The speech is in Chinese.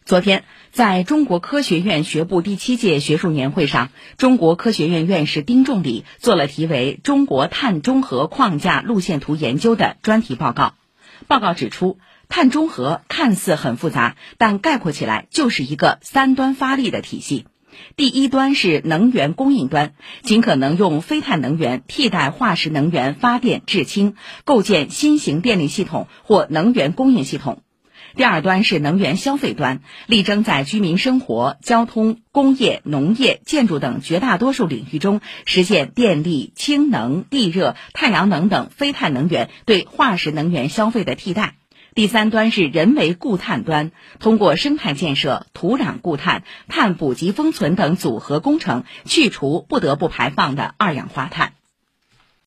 昨天，在中国科学院学部第7届学术年会上，中国科学院院士丁仲礼做了题为《中国碳中和框架路线图研究》的专题报告。报告指出，碳中和看似很复杂，但概括起来就是一个3端发力的体系。第一端是能源供应端，尽可能用非碳能源替代化石能源发电制氢，构建新型电力系统或能源供应系统。第二端是能源消费端，力争在居民生活、交通、工业、农业、建筑等绝大多数领域中实现电力、氢能、地热、太阳能等非碳能源对化石能源消费的替代。第三端是人为固碳端，通过生态建设、土壤固碳、碳捕集封存等组合工程，去除不得不排放的二氧化碳。